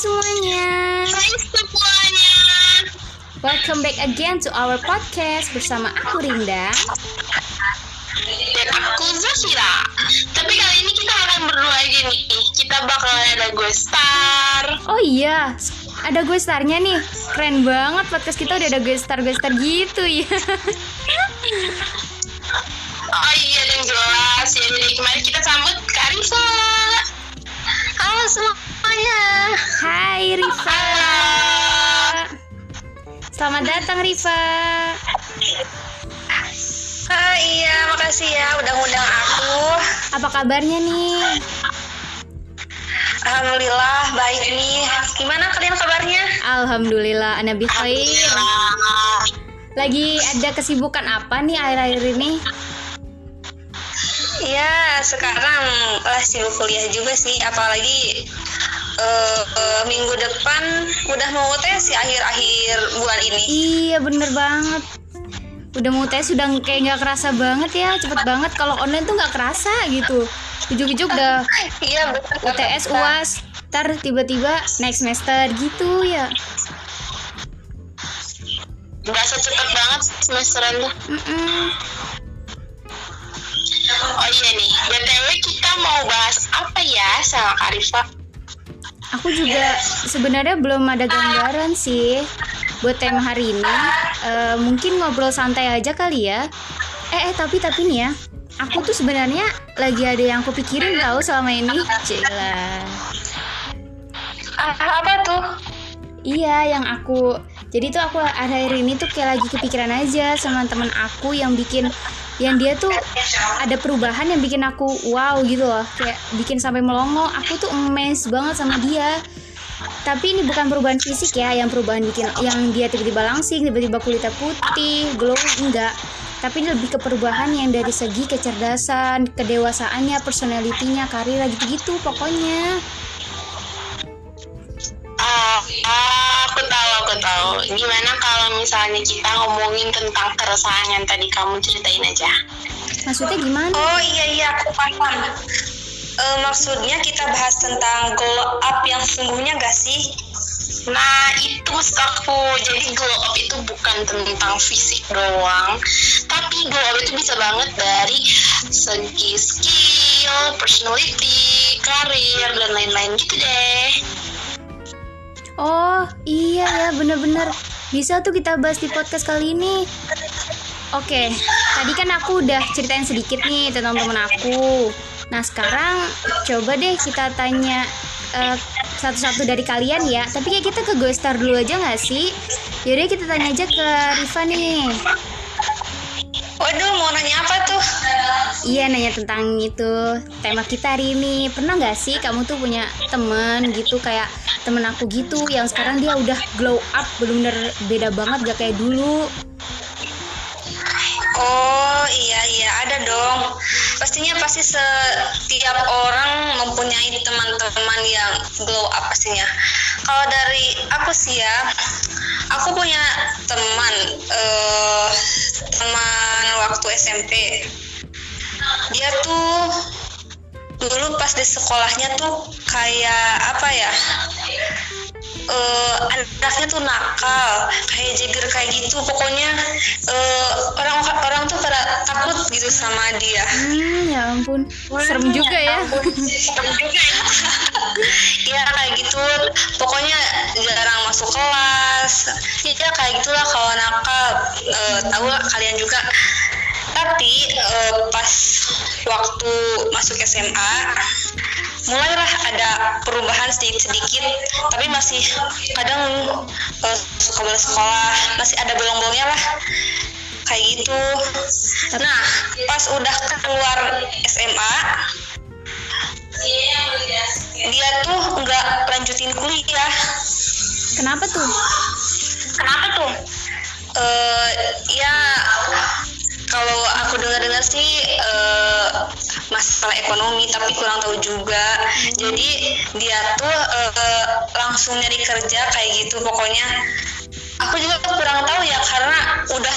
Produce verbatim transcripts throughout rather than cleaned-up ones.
semuanya. Hai semuanya. Welcome back again to our podcast bersama aku Rinda Dan aku Zafira. Tapi kali ini kita akan berdua aja nih. Kita bakal ada guest star. Oh iya, ada gue starnya nih. Keren banget podcast kita udah ada guest star guest star gitu ya. Oh iya dan jelas ya. Jadi kemarin kita sambut Kak Rifa. Halo semuanya. Hai Rifa. Halo. Selamat datang Rifa. Ah, iya, makasih ya udah ngundang aku. Apa kabarnya nih? Alhamdulillah baik nih. Gimana kalian kabarnya? Alhamdulillah ana bi khair. Alhamdulillah. Lagi ada kesibukan apa nih akhir-akhir ini? Ya sekarang lah sibuk kuliah juga sih, apalagi uh, uh, minggu depan udah mau U T S sih akhir-akhir bulan ini. Iya bener banget. Udah mau tes sudah kayak nggak kerasa banget ya, cepet banget. Kalau online tuh nggak kerasa gitu. Ujuk-ujuk udah Iya betul. U T S U A S, ntar tiba-tiba next semester gitu ya. Berasa cepet banget semesteran tuh. Mm-mm. Oh iya nih, B T W kita mau bahas apa ya sama Kak Rifa? Aku juga sebenarnya belum ada gambaran sih buat tema hari ini. Eh, mungkin ngobrol santai aja kali ya. Eh, eh tapi tapi nih ya, aku tuh sebenarnya lagi ada yang aku pikirin tahu selama ini. Cila. Ah, apa tuh? Iya, yang aku jadi tuh aku akhir-akhir ini tuh kayak lagi kepikiran aja sama teman aku yang bikin yang dia tuh ada perubahan yang bikin aku wow gitu loh, kayak bikin sampai melongo. Aku tuh amazed banget sama dia. Tapi ini bukan perubahan fisik ya, yang perubahan bikin yang dia tiba-tiba langsing, tiba-tiba kulitnya putih, glowing, enggak. Tapi ini lebih ke perubahan yang dari segi kecerdasan, kedewasaannya, personalitinya, karirnya gitu-gitu pokoknya. Ah, ah, aku tahu, aku tahu. Gimana kalau misalnya kita ngomongin tentang keresahan yang tadi kamu ceritain aja? Maksudnya gimana? Oh iya iya, aku paham. E, maksudnya kita bahas tentang glow up yang sesungguhnya gak sih? Nah itu maksud aku. Jadi glow up itu bukan tentang fisik doang, tapi glow up itu bisa banget dari segi skill, personality, karir, dan lain-lain gitu deh. Oh iya ya, bener-bener bisa tuh kita bahas di podcast kali ini. Oke, tadi kan aku udah ceritain sedikit nih tentang temen aku. Nah sekarang coba deh kita tanya uh, satu-satu dari kalian ya. Tapi kayak kita ke Go Star dulu aja gak sih? Yaudah kita tanya aja ke Rifa nih. Waduh, mau nanya apa tuh? Iya, nanya tentang itu tema kita hari ini. Pernah gak sih kamu tuh punya temen gitu, kayak temen aku gitu, yang sekarang dia udah glow up, bener-bener beda banget gak kayak dulu? Oh iya iya ada dong. Pastinya pasti setiap orang mempunyai teman-teman yang glow up pastinya. Kalau dari aku sih ya, aku punya teman uh, teman waktu S M P. Dia tuh dulu pas di sekolahnya tuh kayak apa ya? Uh, anaknya tuh nakal, kayak jeger kayak gitu. Pokoknya uh, orang-orang tuh pada takut gitu sama dia. Hmm, ya ampun, serem juga ya. Serem juga ya. Iya kayak gitu. Pokoknya jarang masuk kelas. Ya kayak gitulah kalau nakal. Uh, tahu lah kalian juga. Tapi uh, pas waktu masuk S M A mulailah ada perubahan sedikit-sedikit, tapi masih kadang uh, suka bolos sekolah, masih ada bolong-bolongnya lah kayak gitu. Nah pas udah keluar S M A dia tuh nggak lanjutin kuliah. Kenapa tuh? Kenapa tuh? Uh, ya kalau aku dengar-dengar sih uh, masalah ekonomi, tapi kurang tahu juga. Jadi dia tuh uh, langsung nyari kerja kayak gitu. Pokoknya aku juga kurang tahu ya, karena udah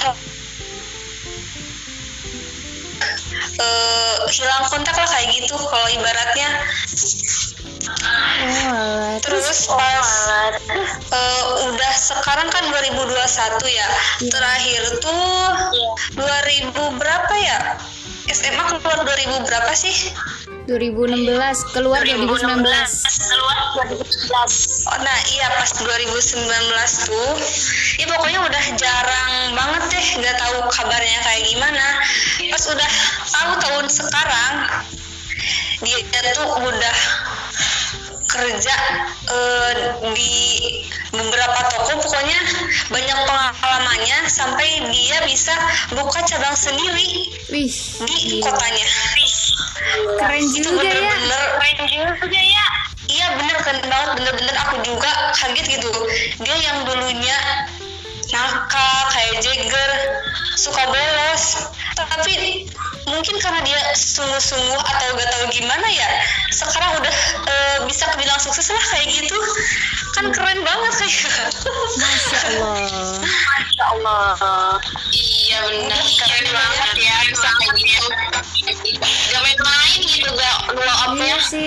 uh, hilang kontak lah kayak gitu kalau ibaratnya. Oh, alah. Terus pas uh, udah sekarang kan dua ribu dua puluh satu ya. Yeah. Terakhir tuh dua ribu berapa ya? S M A keluar dua ribu berapa sih? dua ribu enam belas keluar dua ribu sembilan belas. Keluar dua ribu sembilan belas. Oh, nah iya pas dua ribu sembilan belas tuh, ya pokoknya udah jarang banget deh, nggak tahu kabarnya kayak gimana. Pas udah tahu tahun sekarang, dia tuh udah kerja uh, di beberapa toko, pokoknya banyak pengalamannya sampai dia bisa buka cabang sendiri. Wih, di gila. Kotanya. Keren juga bener ya. Bener keren juga ya. Iya bener keren banget, bener-bener aku juga kaget gitu. Dia yang dulunya nakal kayak Jagger, suka bolos, tapi mungkin karena dia sungguh-sungguh atau gak tahu gimana ya, sekarang udah e, bisa kebilang sukses lah kayak gitu. Kan keren banget kayak. Masya Allah. Masya Allah. Iya benar, keren banget ya bisa kayak gitu. Gak main-main gitu, gak dua up Iya ya. sih.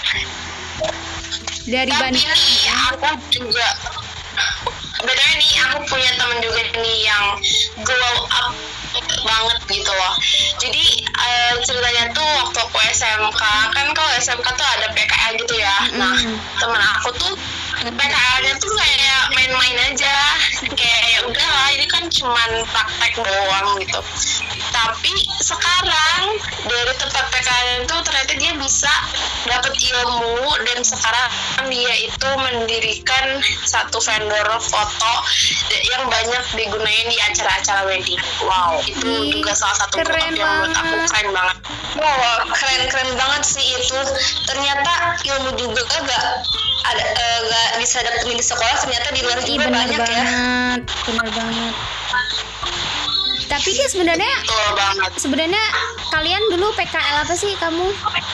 Dari Tapi Bandung. nih aku juga, bedanya nih aku punya temen juga nih yang glow up banget gitu loh. Jadi uh, ceritanya tuh waktu aku S M K, kan kalau S M K tuh ada P K L gitu ya. Mm. Nah temen aku tuh P K L-nya tuh kayak main-main aja, kayak udah lah ini kan cuman praktek doang gitu. Tapi sekarang dari tempat P K L itu ternyata dia bisa dapat ilmu, dan sekarang dia itu mendirikan satu vendor foto yang banyak digunain di acara-acara wedding. Wow, itu Ih, juga salah satu keren yang menurut aku keren banget. Wow, keren-keren banget sih itu. Ternyata ilmu juga gak ada, uh, gak bisa dapetin di sekolah, ternyata di luar Ih, juga bener banyak banget, ya. bener banget. Tapi dia sebenarnya, sebenarnya kalian dulu P K L apa sih kamu?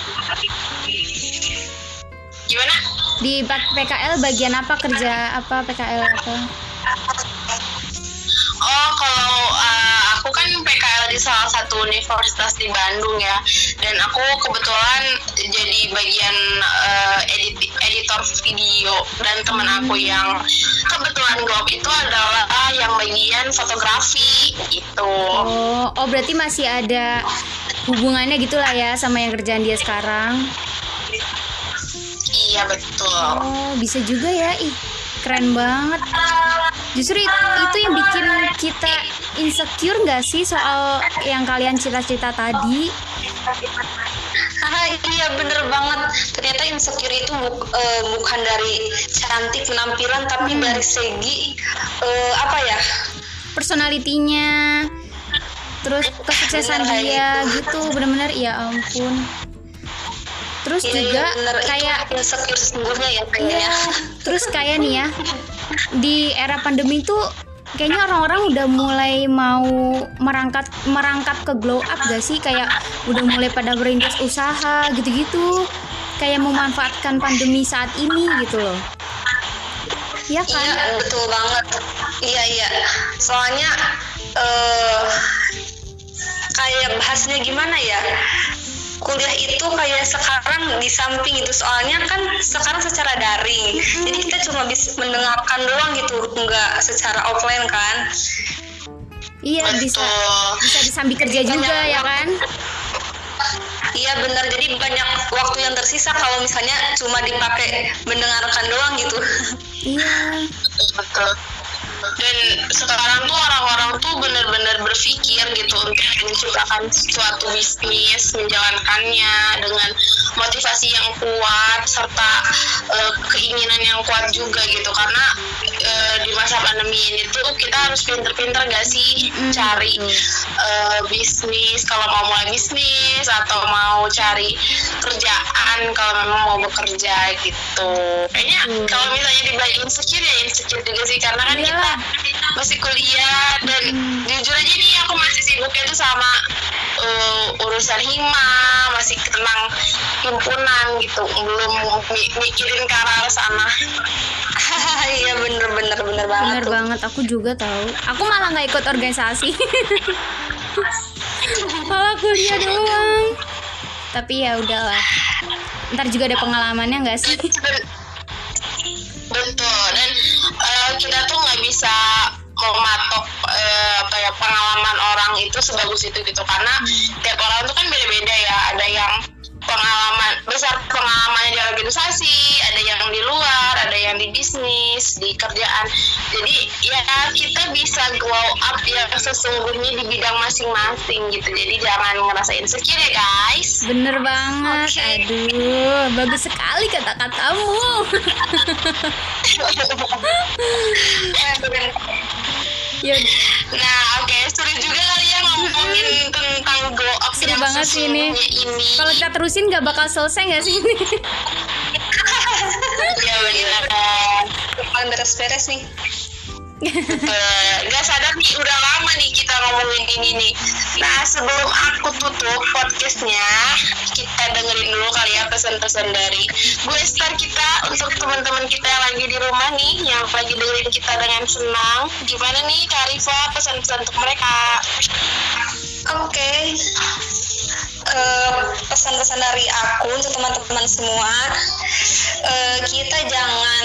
Gimana? Di P K L bagian apa, kerja apa, P K L apa? Oh, kalau uh, aku kan P K L di salah satu universitas di Bandung ya, dan aku kebetulan jadi bagian uh, edit editor video, dan teman aku yang kebetulan glow up itu adalah yang bagian fotografi gitu. Oh, oh berarti masih ada hubungannya gitulah ya sama yang kerjaan dia sekarang. Iya betul. Oh, bisa juga ya. Ih, keren banget. Justru itu yang bikin kita insecure nggak sih soal yang kalian cita-cita tadi? Ah, iya bener banget. Ternyata insecure itu bu- uh, bukan dari cantik penampilan, tapi Hmm. dari segi uh, apa ya? Personalitinya, terus kesuksesan Bener, dia kayak gitu, benar-benar ya ampun. Terus Iya, juga iya, bener. kayak Itu insecure sesungguhnya ya iya, kayaknya. terus kayak nih ya, di era pandemi tuh kayaknya orang-orang udah mulai mau merangkap merangkap ke glow up gak sih? Kayak udah mulai pada merintis usaha gitu-gitu, kayak memanfaatkan pandemi saat ini gitu loh. Iya kan? Iya betul banget. Iya iya. Soalnya uh, kayak bahasnya gimana ya? Kuliah itu kayak sekarang di samping itu, soalnya kan sekarang secara daring, mm-hmm. jadi kita cuma bisa mendengarkan doang gitu, nggak secara offline kan. Iya. Betul. bisa bisa disambi kerja juga banyak, ya kan. Iya benar, jadi banyak waktu yang tersisa kalau misalnya cuma dipakai mendengarkan doang gitu. Iya betul. Dan sekarang tuh orang-orang tuh benar-benar berpikir gitu untuk menciptakan suatu bisnis, menjalankannya dengan motivasi yang kuat serta uh, keinginan yang kuat juga gitu, karena uh, di masa pandemi ini tuh kita harus pinter-pinter gak sih mm-hmm. cari uh, bisnis kalau mau mulai bisnis atau mau cari kerjaan kalau memang mau bekerja gitu. Kayaknya mm. kalau misalnya dibilang insecure ya insecure juga sih, karena kan kita masih kuliah dan hmm. jujur aja nih aku masih sibuknya tuh sama uh, urusan hima, masih tentang himpunan gitu, belum mi- mikirin ke arah sana. Iya bener bener bener banget. Bener tuh. banget, aku juga tahu. Aku malah nggak ikut organisasi, malah kuliah doang. Tapi ya udahlah, ntar juga ada pengalamannya nggak sih? kita tuh nggak bisa mematok eh, apa ya pengalaman orang itu sebagus itu gitu, karena tiap orang tuh kan beda-beda ya. Ada yang pengalaman besar pengalamannya di organisasi, ada yang di luar, ada yang di bisnis, di kerjaan. Jadi ya kita bisa glow up yang sesungguhnya di bidang masing-masing gitu. Jadi jangan ngerasa insecure ya guys. Bener banget. Okay. Aduh, bagus sekali kata-katamu. Ya, Nah oke, okay. Seru juga kali ya ngomongin tentang glow up seru yang banget sih ini. ini. Kalau kita terusin nggak bakal selesai nggak sih ini? Ya benar. Paling beres-beres nih. Uh, gak sadar nih udah lama nih kita ngomongin ini nih. Nah sebelum aku tutup podcastnya, kita dengerin dulu kali ya pesan-pesan dari gue star kita untuk teman-teman kita yang lagi di rumah nih, yang lagi dengerin kita dengan senang. Gimana nih Kak Rifa, pesan-pesan untuk mereka? Oke, okay. uh, pesan-pesan dari aku untuk teman-teman semua, uh, kita jangan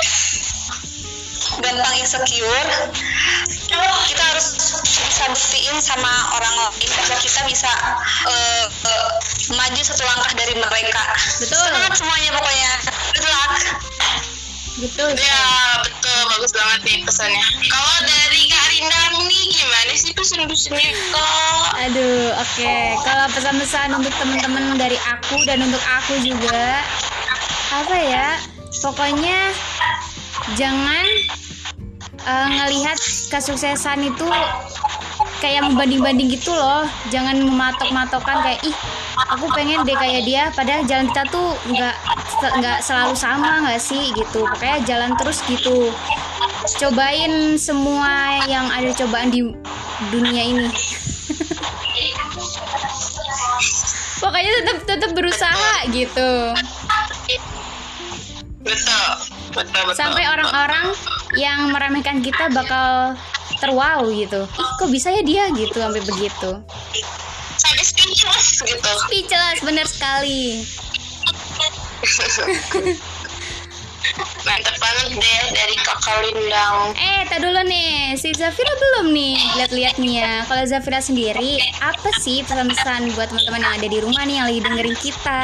gampang insecure. Kita harus bisa buktiin sama orang lain bahwa kita bisa uh, uh, maju satu langkah dari mereka. Betul. Semangat semuanya pokoknya. Good luck. Betul. Ya betul, bagus banget nih pesannya. Kalau dari Kak Rindang nih gimana sih pesan-pesannya kok? Aduh, oke. Okay. Kalau pesan-pesan untuk teman-teman dari aku dan untuk aku juga, apa ya? Pokoknya jangan uh, ngelihat kesuksesan itu kayak membanding-banding gitu loh. Jangan mematok-matokkan kayak ih aku pengen deh kayak dia, padahal jalan kita tuh nggak nggak selalu sama nggak sih gitu. Pokoknya jalan terus gitu, cobain semua yang ada cobaan di dunia ini. Pokoknya tetap tetap berusaha gitu. Betul, betul, betul. Sampai orang-orang yang meremehkan kita bakal terwow gitu. Ih, kok bisa ya dia gitu, sampai begitu. Sampai speechless gitu. Speechless, bener sekali. Mantap banget deh dari Kakak Lindang. Eh, tak dulu nih, si Zafira belum nih lihat-lihat nih ya. Kalau Zafira sendiri, apa sih pesan-pesan buat teman-teman yang ada di rumah nih yang lagi dengerin kita?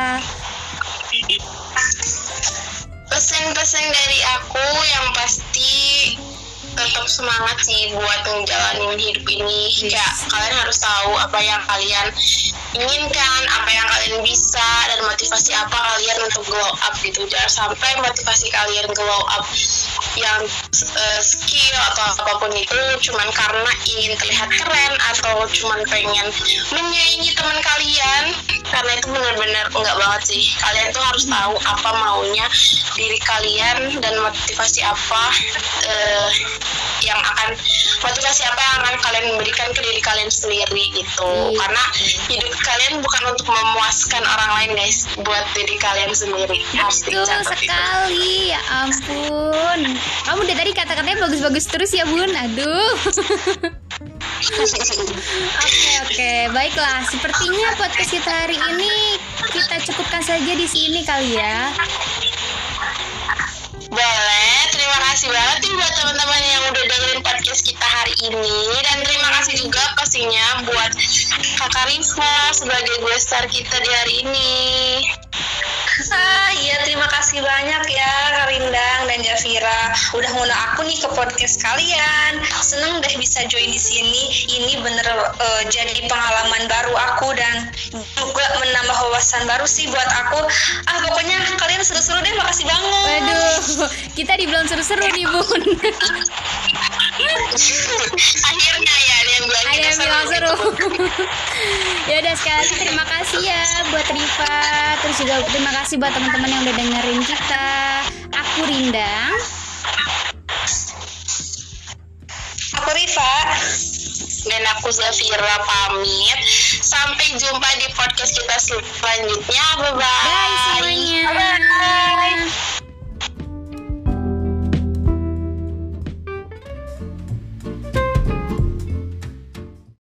Pesan-pesan dari aku yang pasti tetap semangat sih buat ngejalanin hidup ini. Yes. Kayak kalian harus tahu apa yang kalian inginkan, apa yang kalian bisa, dan motivasi apa kalian untuk glow up gitu. Jangan sampai motivasi kalian glow up yang uh, skill atau apapun itu cuman karena ingin terlihat keren atau cuman pengen menyaingi teman kalian, karena itu benar-benar enggak banget sih. Kalian tuh harus tahu apa maunya diri kalian dan motivasi apa uh, yang akan motivasi apa yang akan kalian berikan ke diri kalian sendiri gitu. Hmm. Karena hidup kalian bukan untuk memuaskan orang lain guys, buat diri kalian sendiri. Betul sekali, itu. Ya ampun. Kamu dari tadi kata-katanya bagus-bagus terus ya bun. Aduh. Oke oke, baiklah. Sepertinya podcast kita hari ini kita cukupkan saja di sini kali ya. Boleh, terima kasih banget nih buat teman-teman yang udah dengerin podcast kita hari ini. Dan terima kasih juga pastinya buat Kakak Rifa sebagai guest star kita di hari ini. Ah, iya, terima kasih banyak ya Kak Rindang dan Zafira udah ngundang aku nih ke podcast kalian. Seneng deh bisa join di sini. Ini bener uh, jadi pengalaman baru aku dan juga menambah wawasan baru sih buat aku. Ah, pokoknya kalian seru-seru deh, makasih banget. Waduh, kita dibilang seru-seru nih bun. Akhirnya ya ada yang bilang ada yang bilang seru. Ya udah, sekali lagi terima kasih ya buat Rifa, terus juga terima kasih buat teman-teman yang udah dengerin kita. Aku Rindang, aku Rifa, dan aku Zafira pamit. Sampai jumpa di podcast kita selanjutnya. Bye bye. Bye semuanya. Bye.